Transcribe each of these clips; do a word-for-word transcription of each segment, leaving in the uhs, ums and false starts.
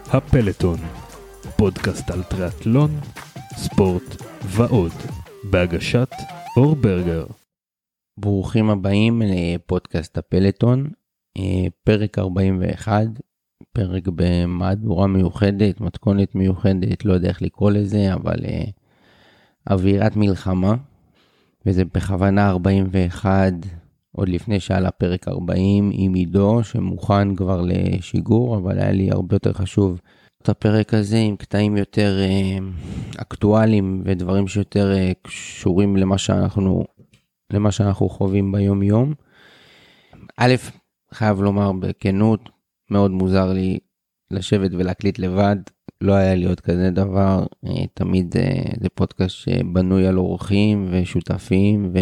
הפלטון, פודקאסט על טריאתלון, ספורט ועוד, בהגשת אור ברגר. ברוכים הבאים לפודקאסט הפלטון, פרק ארבעים ואחת, פרק במהדורה מיוחדת, מתכונת מיוחדת, לא יודע איך לקרוא לזה, אבל אווירת מלחמה, וזה בכוונה ארבעים ואחת, עוד לפני שעלה פרק ארבעים עם עידו שמוכן כבר לשיגור, אבל היה לי הרבה יותר חשוב את הפרק הזה עם קטעים יותר אה, אקטואליים ודברים שיותר אה, קשורים למה שאנחנו, למה שאנחנו חווים ביום יום. א', חייב לומר בכנות, מאוד מוזר לי לשבת ולהקליט לבד, לא היה לי עוד כזה דבר, אה, תמיד אה, זה פודקאסט שבנוי על אורחים ושותפים ו...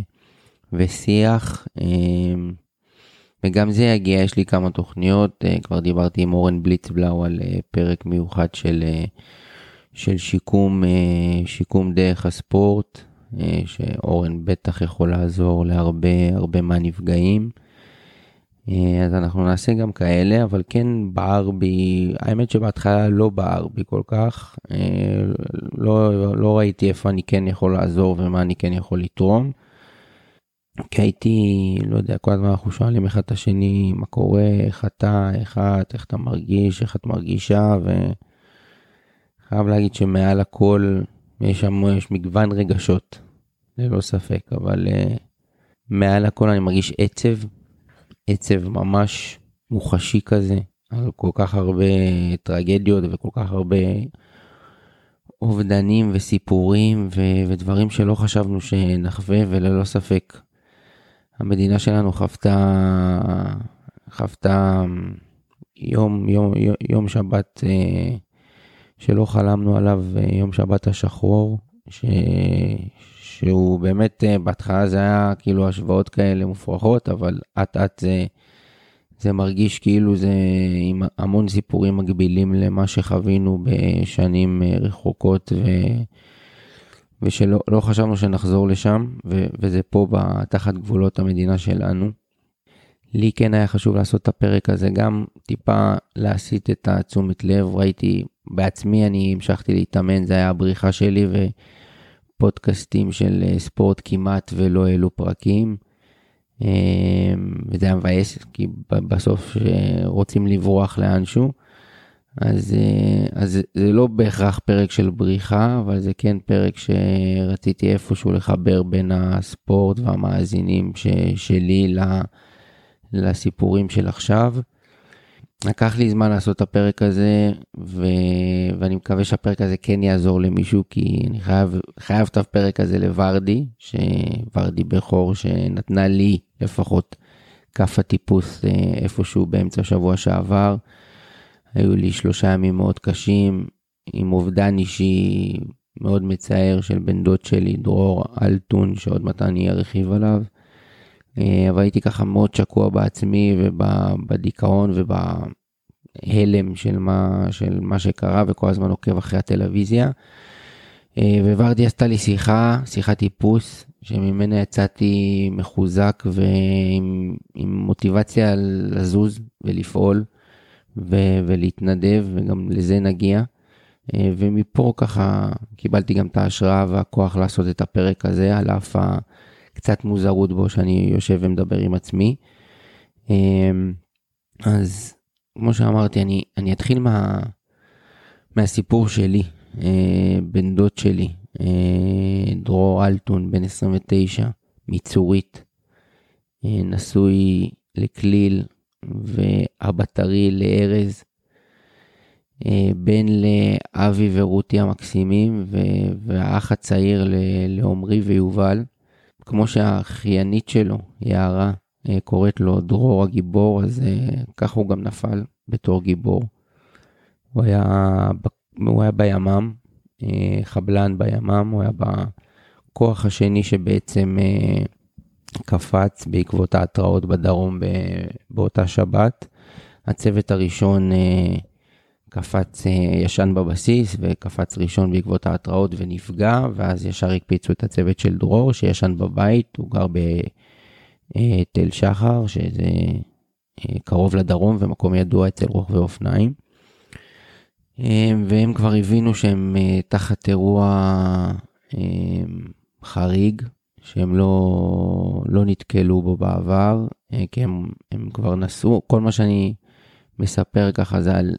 ושיח, וגם זה יגיע, יש לי כמה תוכניות, כבר דיברתי עם אורן בליצבלאו על פרק מיוחד של, של שיקום, שיקום דרך הספורט, שאורן בטח יכול לעזור להרבה הרבה מהנפגעים, אז אנחנו נעשה גם כאלה, אבל כן בער בי, האמת שבהתחלה לא בער בי כל כך, לא, לא ראיתי איפה אני כן יכול לעזור ומה אני כן יכול לתרום, כי הייתי, לא יודע, כל הזמן אנחנו שואלים אחד את השני, מה קורה, איך אתה, איך את, איך אתה מרגיש, איך את מרגישה, וחייב להגיד שמעל הכל, יש שם, יש מגוון רגשות, ללא ספק, אבל uh, מעל הכל אני מרגיש עצב, עצב ממש מוחשי כזה, על כל כך הרבה טרגדיות וכל כך הרבה אובדנים וסיפורים ו- ודברים שלא חשבנו שנחווה, וללא ספק, המדינה שלנו חוותה, חוותה יום, יום, יום שבת שלא חלמנו עליו, יום שבת השחור, ש, שהוא באמת בהתחלה זה היה כאילו השוואות כאלה מופרכות, אבל עט עט זה, זה מרגיש כאילו זה עם המון סיפורים מגבילים למה שחווינו בשנים רחוקות ו... ושלא לא חשבנו שנחזור לשם, ו, וזה פה תחת גבולות המדינה שלנו. לי כן היה חשוב לעשות את הפרק הזה, גם טיפה להסיט את התשומת לב, ראיתי בעצמי, אני המשכתי להתאמן, זה היה הבריחה שלי, ופודקאסטים של ספורט כמעט ולא העלו פרקים, וזה היה מבאס, כי בסוף רוצים לברוח לאנשהו, אז, אז זה לא בהכרח פרק של בריחה, אבל זה כן פרק שרציתי איפשהו לחבר בין הספורט והמאזינים ש, שלי לסיפורים של עכשיו. לקח לי זמן לעשות את הפרק הזה, ו, ואני מקווה שהפרק הזה כן יעזור למישהו, כי אני חייב, חייב את הפרק הזה לוורדי, שוורדי בחור שנתנה לי לפחות כף הטיפוס איפשהו באמצע שבוע שעבר. היו לי שלושה ימים מאוד קשים, עם אובדן אישי מאוד מצער של בן דוד שלי, דרור אלטון, שעוד מעט אני ארחיב עליו. אבל הייתי ככה מאוד שקוע בעצמי ובדיכאון ובהלם של מה, של מה שקרה, וכל הזמן עוקב אחרי הטלוויזיה. וורדי עשתה לי שיחה, שיחת טיפוס, שממנה יצאתי מחוזק ועם עם מוטיבציה לזוז ולפעול. ו- ולהתנדב, וגם לזה נגיע, ומפה ככה קיבלתי גם את ההשראה והכוח לעשות את הפרק הזה, על אף קצת מוזרות בו שאני יושב ומדבר עם עצמי. אז כמו שאמרתי, אני, אני אתחיל מה, מהסיפור שלי, בן דוד שלי, דרור אלטון, בן עשרים ותשע, מצורית, נשוי לכליל, והבטרי לארז, בן לאבי ורותי המקסימים, והאח הצעיר לעומרי ויובל, כמו שהאחיינית שלו, יערה, קוראת לו דרור הגיבור, אז ככה הוא גם נפל בתור גיבור. הוא היה, הוא היה בימם, חבלן בימם, הוא היה בכוח השני שבעצם קפץ בעקבות ההתראות בדרום באותה שבת. הצוות הראשון קפץ, ישן בבסיס, וקפץ ראשון בעקבות ההתראות ונפגע, ואז ישר הקפיצו את הצוות של דרור שישן בבית, הוא גר בתל שחר, שזה קרוב לדרום ומקום ידוע אצל רוכבי אופניים. והם כבר הבינו שהם תחת אירוע חריג, שהם לא, לא נתקלו בו בעבר, כי הם, הם כבר נסעו. כל מה שאני מספר ככה זה על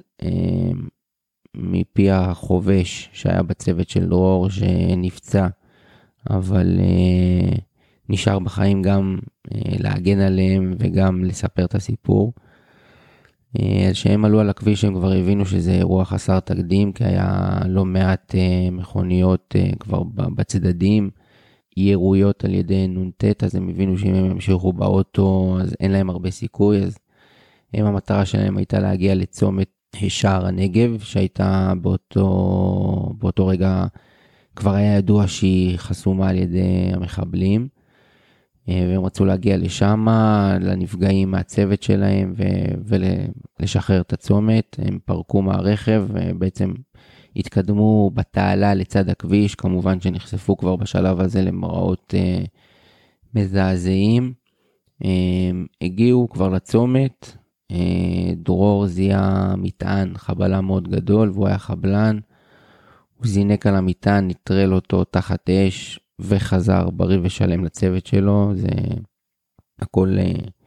מפי החובש שהיה בצוות של דרור שנפצע, אבל נשאר בחיים גם להגן עליהם וגם לספר את הסיפור. אז שהם עלו על הכביש הם כבר הבינו שזה אירוע חסר תקדים, כי היה לא מעט מכוניות כבר בצדדים, ירויות על ידי נונטט, אז הם הבינו שאם הם ימשיכו באוטו אז אין להם הרבה סיכוי. אז הם, המטרה שלהם הייתה להגיע לצומת שער הנגב, שהייתה באותו, באותו רגע כבר היה ידוע שהיא חסומה על ידי המחבלים, והם רצו להגיע לשם, לנפגעים מהצוות שלהם ולשחרר את הצומת. הם פרקו מהרכב ובעצם התקדמו בתעלה לצד הכביש, כמובן שנחשפו כבר בשלב הזה למראות מזעזעים. הגיעו כבר לצומת, דרור זיהה מטען, חבלה מאוד גדול, והוא היה חבלן. הוא זינק על המטען, נטרל אותו תחת אש וחזר בריא ושלם לצוות שלו. זה הכל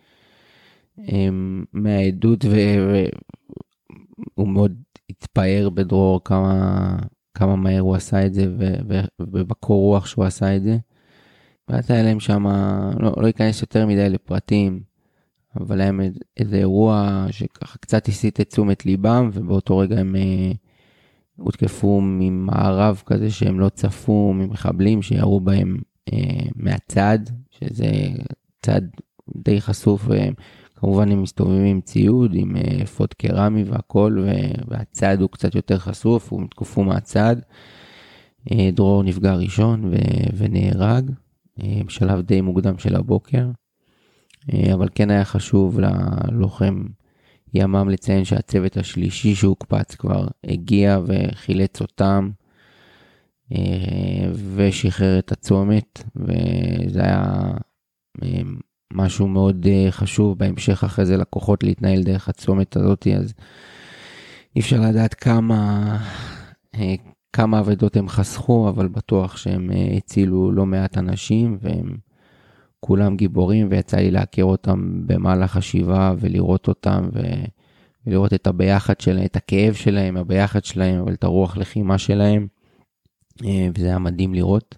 מהעדות, והוא מאוד התפאר בדרור כמה, כמה מהר הוא עשה את זה, ובקור רוח שהוא עשה את זה. ואז היה להם שם, לא, לא ייכנס יותר מדי לפרטים, אבל היה איזה אירוע שככה קצת הסיט את תשומת ליבם, ובאותו רגע הם הותקפו ממערב כזה שהם לא צפו, ממחבלים שירו בהם אה, מהצד, שזה צד די חשוף, וכמובן הם מסתובבים עם ציוד, עם אה, אפוד קרמי והכל, והצד הוא קצת יותר חשוף, הם התקפו מהצד. אה, דרור נפגע ראשון ו, ונהרג, אה, בשלב די מוקדם של הבוקר. אבל כן היה חשוב ללוחם ימם לציין שהצוות השלישי שהוקפץ כבר הגיע וחילץ אותם ושחרר את הצומת, וזה היה משהו מאוד חשוב בהמשך אחרי זה לקוחות להתנהל דרך הצומת הזאת. אז אי אפשר לדעת כמה כמה עבדות הם חסכו, אבל בטוח שהם הצילו לא מעט אנשים, והם כולם גיבורים, ויצא לי להכיר אותם במהלך השבעה ולראות אותם ו... ולראות את הביחד שלהם, את הכאב שלהם, הביחד שלהם, אבל את הרוח לחימה שלהם, וזה היה מדהים לראות.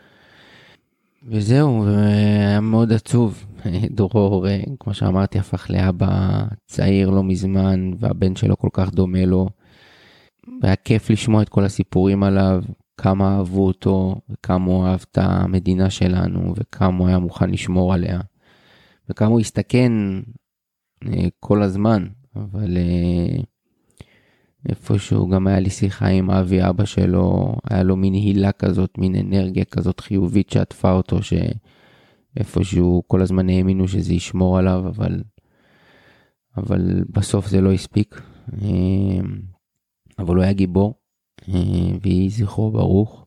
וזהו, היה מאוד עצוב. דרור, כמו שאמרתי, הפך לאבא צעיר לא מזמן, והבן שלו כל כך דומה לו. והיה כיף לשמוע את כל הסיפורים עליו, כמה אהבו אותו, וכמה הוא אהב את המדינה שלנו, וכמה הוא היה מוכן לשמור עליה, וכמה הוא הסתכן כל הזמן. אבל איפשהו גם היה לי שיחה עם אבי, אבא שלו, היה לו מין הילה כזאת, מין אנרגיה כזאת חיובית שעטפה אותו, שאיפשהו כל הזמן האמינו שזה ישמור עליו, אבל, אבל בסוף זה לא הספיק. אבל הוא היה גיבור, ויהי זכרו ברוך.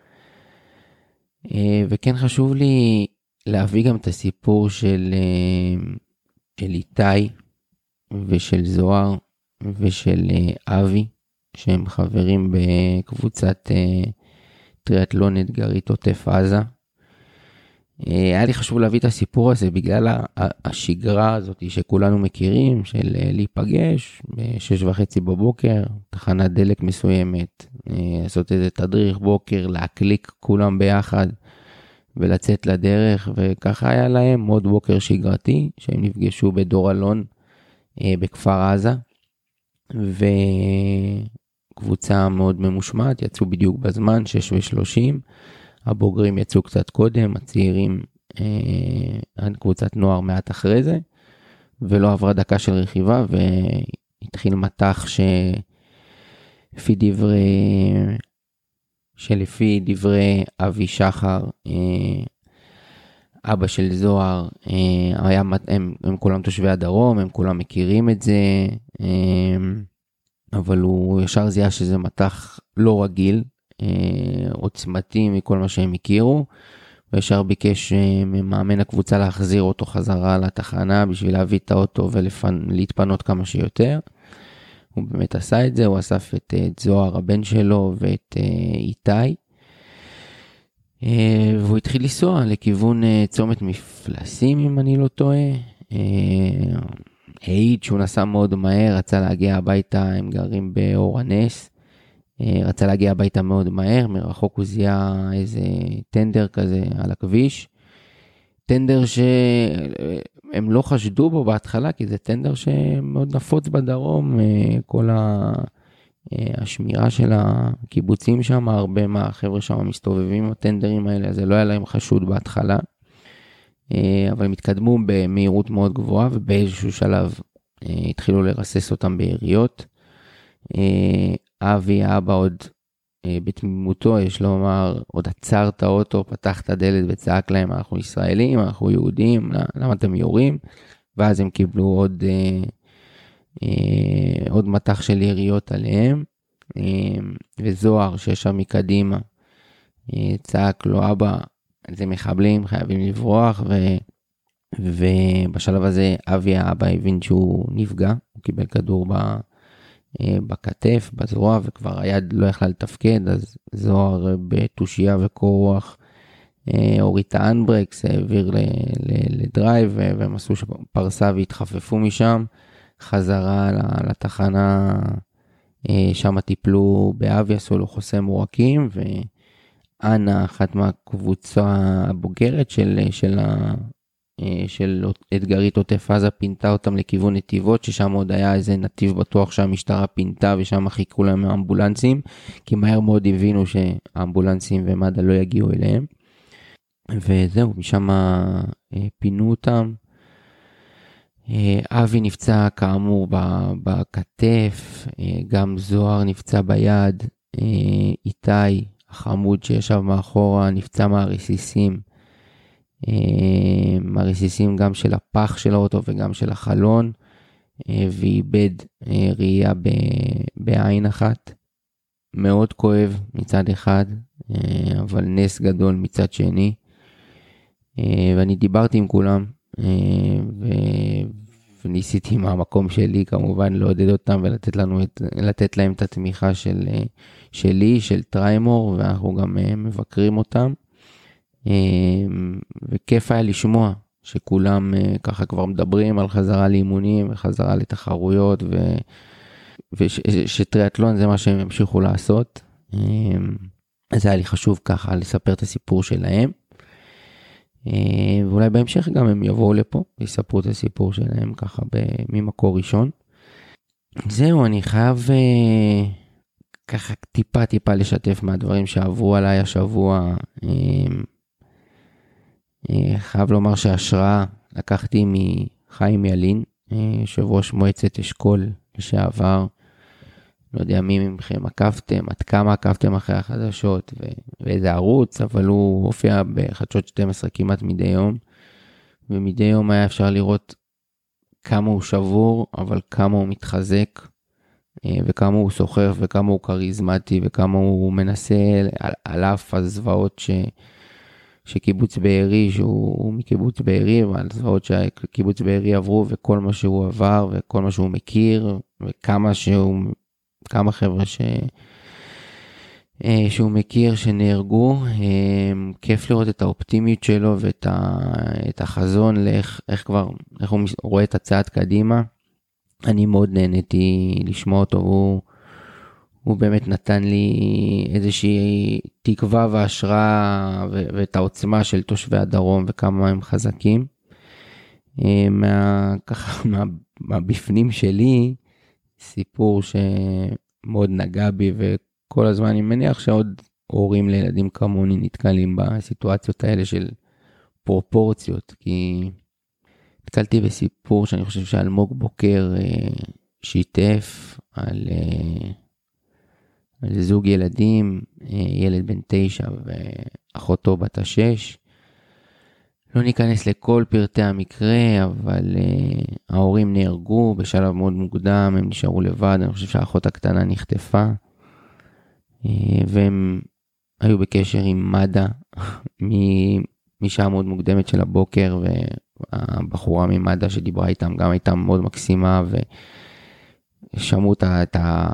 וכן חשוב לי להביא גם את הסיפור של, של איתי ושל זוהר ושל אבי, שהם חברים בקבוצת טריאטלון אתגרית עוטף עזה. היה לי חשוב להביא את הסיפור הזה בגלל השגרה הזאת שכולנו מכירים, של להיפגש בשש וחצי בבוקר, תחנת דלק מסוימת, לעשות איזה תדריך בוקר, להקליק כולם ביחד ולצאת לדרך. וככה היה להם עוד בוקר שגרתי, שהם נפגשו בדור אלון בכפר עזה, וקבוצה מאוד ממושמעת, יצאו בדיוק בזמן, שש ושלושים, הבוגרים יצאו קצת קודם, הצעירים, אה, קבוצת נוער מעט אחרי זה, ולא עברה דקה של רכיבה, והתחיל מתח שלפי דברי, שלפי דברי אבי שחר, אה, אבא של זוהר, אה, היה, הם, הם כולם תושבי הדרום, הם כולם מכירים את זה, אה, אבל הוא ישר זיהה שזה מתח לא רגיל, עוצמתי מכל מה שהם הכירו, וישר ביקש ממאמן הקבוצה להחזיר אותו חזרה לתחנה בשביל להביא את האוטו ולהתפנות כמה שיותר. הוא באמת עשה את זה, הוא אסף את, את זוהר הבן שלו ואת איתי, והוא התחיל לנסוע לכיוון צומת מפלסים אם אני לא טועה, העיד שהוא נסע מאוד מהר, רצה להגיע הביתה, הם גרים באור הנס, רצה להגיע הביתה מאוד מהר, מרחוק הוא זיהה איזה טנדר כזה על הכביש, טנדר שהם לא חשדו בו בהתחלה, כי זה טנדר שמאוד נפוץ בדרום, כל השמירה של הקיבוצים שם, הרבה מהחבר'ה שם מסתובבים עם הטנדרים האלה, אז זה לא היה להם חשוד בהתחלה, אבל הם התקדמו במהירות מאוד גבוהה, ובאיזשהו שלב התחילו לרסס אותם ביריות. אבי, האבא עוד בתמימותו, יש לומר, עוד עצר את האוטו, פתח את הדלת וצעק להם, אנחנו ישראלים, אנחנו יהודים, למה אתם יורים? ואז הם קיבלו עוד, עוד מתח של יריות עליהם, וזוהר שישב מקדימה, צעק לו, אבא, זה מחבלים, חייבים לברוח, ו... ובשלב הזה אבי האבא הבין שהוא נפגע, הוא קיבל כדור ב... בכתף, בזרוע, וכבר היד לא יכלה לתפקד, אז זוהר בתושייה וכוח, הוריד את האנברקס, העביר ל... ל... לדרייב, והם עשו פרסה והתחפפו משם, חזרה לתחנה, שם טיפלו באבי, עשו לו חוסם מורקים, ו... אנה, אחת מהקבוצה הבוגרת של, של, של אתגרית עוטף עזה, פינתה אותם לכיוון נתיבות, ששם עוד היה איזה נתיב בטוח שהמשטרה פינתה, ושם חיכו להם האמבולנסים, כי מהר מאוד הבינו שהאמבולנסים ומד"א לא יגיעו אליהם. וזהו, משם פינו אותם. אבי נפצע כאמור בכתף, גם זוהר נפצע ביד, איתי, החמוד שישב מאחורה, נפצע מהרסיסים, מהרסיסים גם של הפח של האוטו וגם של החלון, ואיבד ראייה בעין אחת. מאוד כואב מצד אחד, אבל נס גדול מצד שני. ואני דיברתי עם כולם, וניסיתי מהמקום שלי כמובן לעודד אותם ולתת לנו את, לתת להם את התמיכה של, שלי, של טריימור, ואנחנו גם מבקרים אותם. וכיף היה לשמוע שכולם ככה כבר מדברים על חזרה לאימונים וחזרה לתחרויות, ו, ושטריאטלון זה מה שהם המשיכו לעשות. אז היה לי חשוב ככה לספר את הסיפור שלהם. ואולי בהמשך גם הם יבואו לפה ויספרו את הסיפור שלהם ככה ממקור ראשון. זהו, אני חייב ככה טיפה טיפה לשתף מהדברים שעברו עליי השבוע. חייב לומר שההשראה לקחתי מחיים ילין, יושב ראש מועצת אשכול לשעבר. לא יודע מי מכם עקבתם, עד כמה עקבתם אחרי החדשות ואיזה ערוץ, אבל הוא הופיע בחדשות שתים עשרה כמעט מדי יום, ומדי יום היה אפשר לראות כמה הוא שבור, אבל כמה הוא מתחזק, וכמה הוא סוחר, וכמה הוא קריזמטי, וכמה הוא מנסה על, על אף הזוועות ש, שקיבוץ בארי, שהוא מקיבוץ בארי, ועל הזוועות שקיבוץ בארי עברו, וכל מה שהוא עבר, וכל מה שהוא מכיר, וכמה שהוא... כמה חבר'ה ש... שהוא מכיר שנהרגו. כיף לראות את האופטימיות שלו ואת ה... את החזון לאיך איך כבר, איך הוא רואה את הצעד קדימה. אני מאוד נהניתי לשמוע אותו, הוא, הוא באמת נתן לי איזושהי תקווה והשראה ו... ואת העוצמה של תושבי הדרום וכמה הם חזקים. מה... ככה, מה... מהבפנים שלי, סיפור שמאוד נגע בי, וכל הזמן אני מניח שעוד הורים לילדים כמוני נתקלים בסיטואציות האלה של פרופורציות, כי נתקלתי בסיפור שאני חושב שאלמוג בוקר שיתף על, על זוג ילדים, ילד בן תשע ואחותו בת השש. לא ניכנס לכל פרטי המקרה, אבל uh, ההורים נהרגו בשלב מאוד מוקדם, הם נשארו לבד, אני חושב שהאחות הקטנה נחטפה, uh, והם היו בקשר עם מד"א משעה מאוד מוקדמת של הבוקר, והבחורה ממד"א שדיברה איתם גם הייתה מאוד מקסימה, ו, שמעו את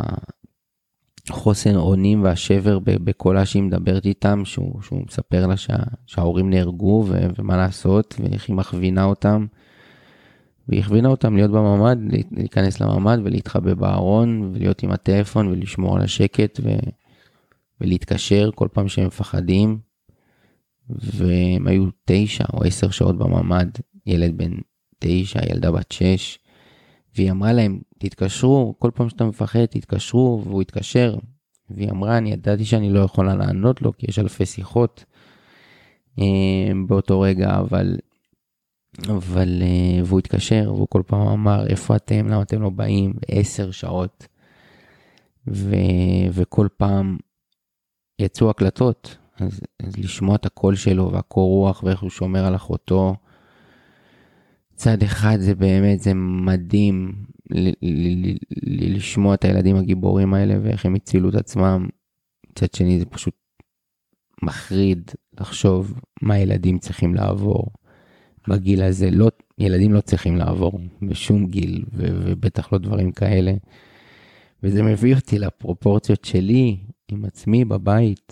החוסן אונים והשבר בקולה שהיא מדברת איתם, שהוא, שהוא מספר לה שה, שההורים נהרגו ו, ומה לעשות, ואיך היא מכווינה אותם, והיא הכווינה אותם להיות בממד, להיכנס לממד ולהתחבא בארון, ולהיות עם הטלפון ולשמור על השקט ו, ולהתקשר כל פעם שהם מפחדים, והם היו תשע או עשר שעות בממד, ילד בן תשע, ילדה בת שש, והיא אמרה להם, תתקשרו, כל פעם שאתה מפחד, תתקשרו, והוא התקשר, והיא אמרה, אני ידעתי שאני לא יכולה לענות לו, כי יש אלפי שיחות באותו רגע, אבל, אבל, והוא התקשר, והוא כל פעם אמר, איפה אתם, למה אתם לא באים, עשר שעות, ו, וכל פעם יצאו הקלטות, אז, אז לשמוע את הקול שלו, והקור רוח, ואיך הוא שומר על אחותו, צד אחד זה באמת, זה מדהים ל- ל- ל- לשמוע את הילדים הגיבורים האלה ואיך הם הצילו את עצמם. צד שני זה פשוט מחריד לחשוב מה ילדים צריכים לעבור בגיל הזה. לא, ילדים לא צריכים לעבור בשום גיל ו- ובטח לא דברים כאלה. וזה מביא אותי לפרופורציות שלי עם עצמי בבית.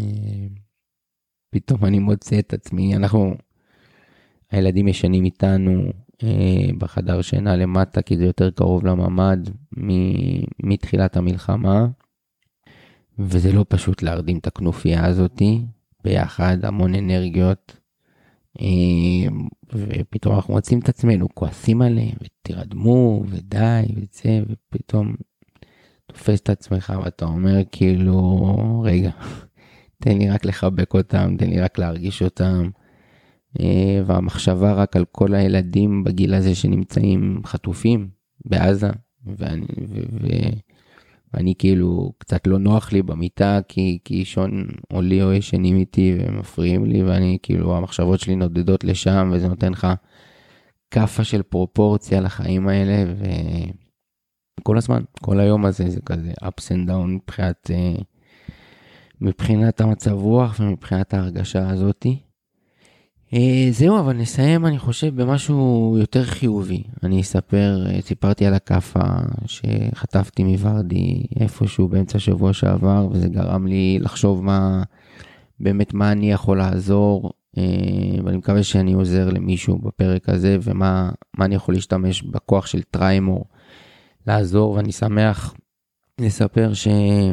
פתאום אני מוצא את עצמי, אנחנו... הילדים ישנים איתנו אה, בחדר שינה למטה, כי זה יותר קרוב לממד מ- מתחילת המלחמה, וזה לא פשוט להרדים את הכנופיה הזאת ביחד, המון אנרגיות, אה, ופתאום אנחנו מוצאים את עצמנו, כועסים עליהם, ותרדמו, ודי, וזה, ופתאום תופס את עצמך, ואתה אומר כאילו, רגע, תן לי רק לחבק אותם, תן לי רק להרגיש אותם, והמחשבה רק על כל הילדים בגיל הזה שנמצאים חטופים בעזה, ואני, ו, ו, ואני כאילו קצת לא נוח לי במיטה, כי, כי שון או לי או ישנים איתי ומפריעים לי, ואני כאילו המחשבות שלי נודדות לשם, וזה נותן לך קפה של פרופורציה לחיים האלה, וכל הזמן, כל היום הזה זה כזה ups and down מבחינת, מבחינת המצב רוח ומבחינת ההרגשה הזאתי. זהו, אבל נסיים, אני חושב, במשהו יותר חיובי. אני אספר, סיפרתי על הקפה שחטפתי מוורדי איפשהו באמצע שבוע שעבר, וזה גרם לי לחשוב מה, באמת מה אני יכול לעזור, ואני מקווה שאני עוזר למישהו בפרק הזה, ומה מה אני יכול להשתמש בכוח של טריימור לעזור, ואני שמח לספר ש...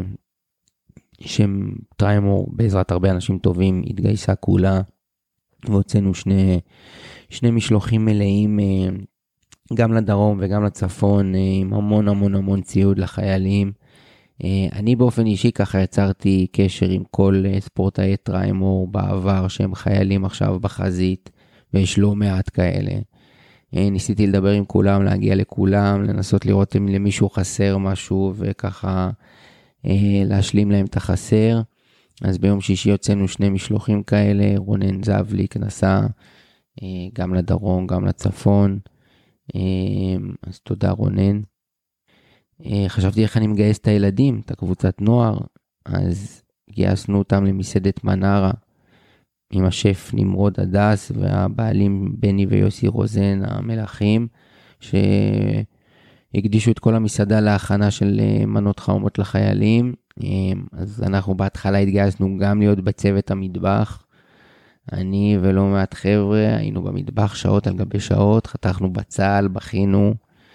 שטריימור בעזרת הרבה אנשים טובים התגייסה כולה, והוצאנו שני, שני משלוחים מלאים גם לדרום וגם לצפון, עם המון המון המון ציוד לחיילים. אני באופן אישי ככה יצרתי קשר עם כל ספורטאי טריימור בעבר שהם חיילים עכשיו בחזית, ויש לא מעט כאלה. ניסיתי לדבר עם כולם, להגיע לכולם, לנסות לראות אם למישהו חסר משהו וככה להשלים להם את החסר. אז ביום שישי יוצאנו שני משלוחים כאלה, רונן זבליק נסע גם לדרום, גם לצפון, אז תודה רונן. חשבתי איך אני מגייס את הילדים, את הקבוצת נוער, אז גייסנו אותם למסעדת מנרה, עם השף נמרוד הדס, והבעלים בני ויוסי רוזן המלאכים, שהקדישו את כל המסעדה להכנה של מנות חמות לחיילים. אז אנחנו בהתחלה התגייסנו גם להיות בצוות המטבח, אני ולא מעט חבר'ה, היינו במטבח שעות על גבי שעות, חתכנו בצל, בכינו,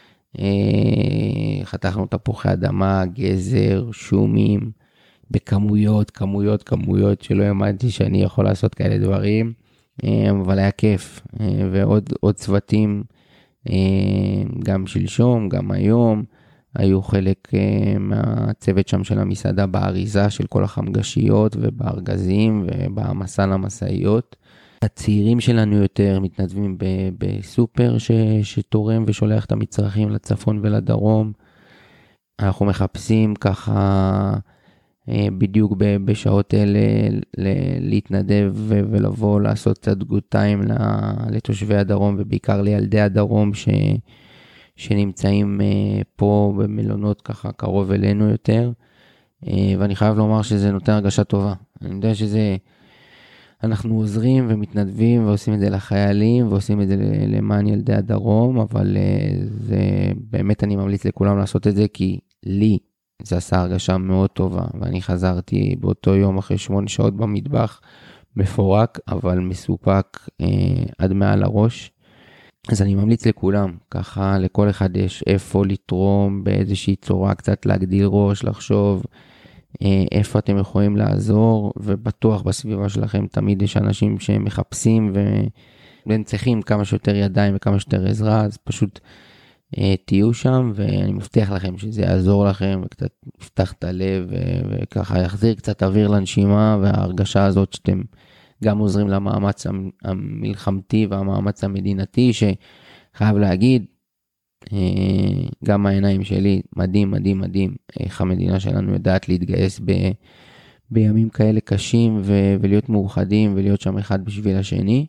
חתכנו תפוחי אדמה, גזר, שומים, בכמויות, כמויות, כמויות, שלא האמנתי שאני יכול לעשות כאלה דברים, אבל היה כיף, ועוד עוד צוותים, גם שלשום, גם היום, היו חלק מהצוות שם של המסעדה באריזה של כל החמגשיות ובארגזים ובמסע למסעיות. הצעירים שלנו יותר מתנדבים בסופר ש, שתורם ושולח את המצרכים לצפון ולדרום. אנחנו מחפשים ככה בדיוק בשעות אלה להתנדב ולבוא לעשות קצת גוד טיים לתושבי הדרום ובעיקר לילדי הדרום ש... שנמצאים פה במלונות ככה קרוב אלינו יותר, ואני חייב לומר שזה נותן הרגשה טובה. אני יודע שזה, אנחנו עוזרים ומתנדבים ועושים את זה לחיילים ועושים את זה למען ילדי הדרום, אבל זה באמת אני ממליץ לכולם לעשות את זה, כי לי זה עשה הרגשה מאוד טובה, ואני חזרתי באותו יום אחרי שמונה שעות במטבח, מפורק אבל מסופק אה, עד מעל הראש. אז אני ממליץ לכולם, ככה לכל אחד יש איפה לתרום באיזושהי צורה, קצת להגדיל ראש, לחשוב אה, איפה אתם יכולים לעזור, ובטוח בסביבה שלכם תמיד יש אנשים שמחפשים והם צריכים כמה שיותר ידיים וכמה שיותר עזרה, אז פשוט אה, תהיו שם, ואני מבטיח לכם שזה יעזור לכם וקצת יפתח את הלב ו- וככה יחזיר קצת אוויר לנשימה, וההרגשה הזאת שאתם גם עוזרים למאמץ המלחמתי והמאמץ המדינתי, שחייב להגיד, גם העיניים שלי, מדהים, מדהים, מדהים, איך המדינה שלנו יודעת להתגייס ב, בימים כאלה קשים, ו, ולהיות מאוחדים, ולהיות שם אחד בשביל השני.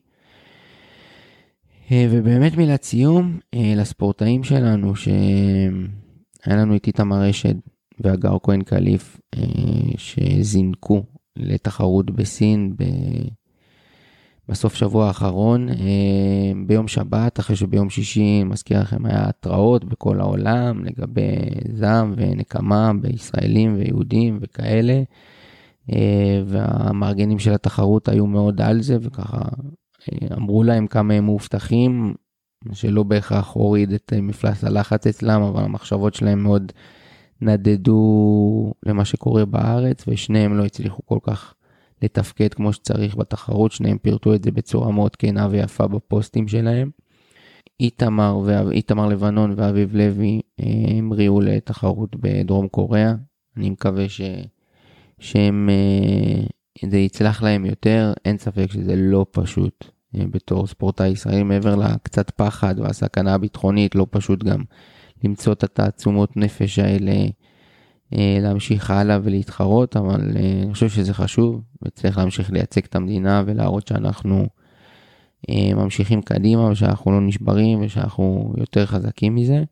ובאמת מילת סיום, לספורטאים שלנו, שהיה לנו את איתמר אשד, והגר כהן קליף, שזינקו לתחרות בסין, ב... בסוף שבוע האחרון, ביום שבת, אחרי שביום שישי, מזכיר לכם, היה התראות בכל העולם, לגבי זעם ונקמה בישראלים ויהודים וכאלה, והמארגנים של התחרות היו מאוד על זה, וככה אמרו להם כמה הם מובטחים, שלא בהכרח הוריד את מפלס הלחץ אצלם, אבל המחשבות שלהם מאוד נדדו למה שקורה בארץ, ושניהם לא הצליחו כל כך לתפקד כמו שצריך בתחרות, שניהם פירטו את זה בצורה מאוד כנה ויפה בפוסטים שלהם. איתמר, איתמר לבנון ואביב לוי המריאו לתחרות בדרום קוריאה, אני מקווה ש... שהם, זה יצלח להם יותר, אין ספק שזה לא פשוט בתור ספורטאי ישראלי, מעבר לקצת פחד והסכנה הביטחונית, לא פשוט גם למצוא את התעצומות נפש האלה, להמשיך הלאה ולהתחרות, אבל אני חושב שזה חשוב, וצריך להמשיך לייצג את המדינה ולהראות שאנחנו ממשיכים קדימה, ושאנחנו לא נשברים, ושאנחנו יותר חזקים מזה.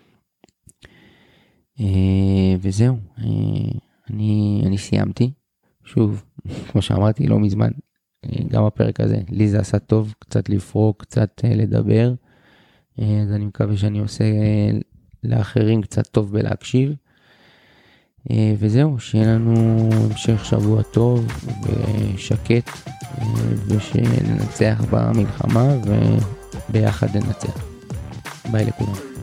וזהו, אני, אני סיימתי. שוב, כמו שאמרתי, לא מזמן, גם הפרק הזה, לי זה עשה טוב, קצת לפרוק, קצת לדבר, אז אני מקווה שאני עושה לאחרים קצת טוב בלהקשיב. וזהו, שיהיה לנו המשך שבוע טוב ושקט, ושננצח במלחמה וביחד ננצח. ביי לכולם.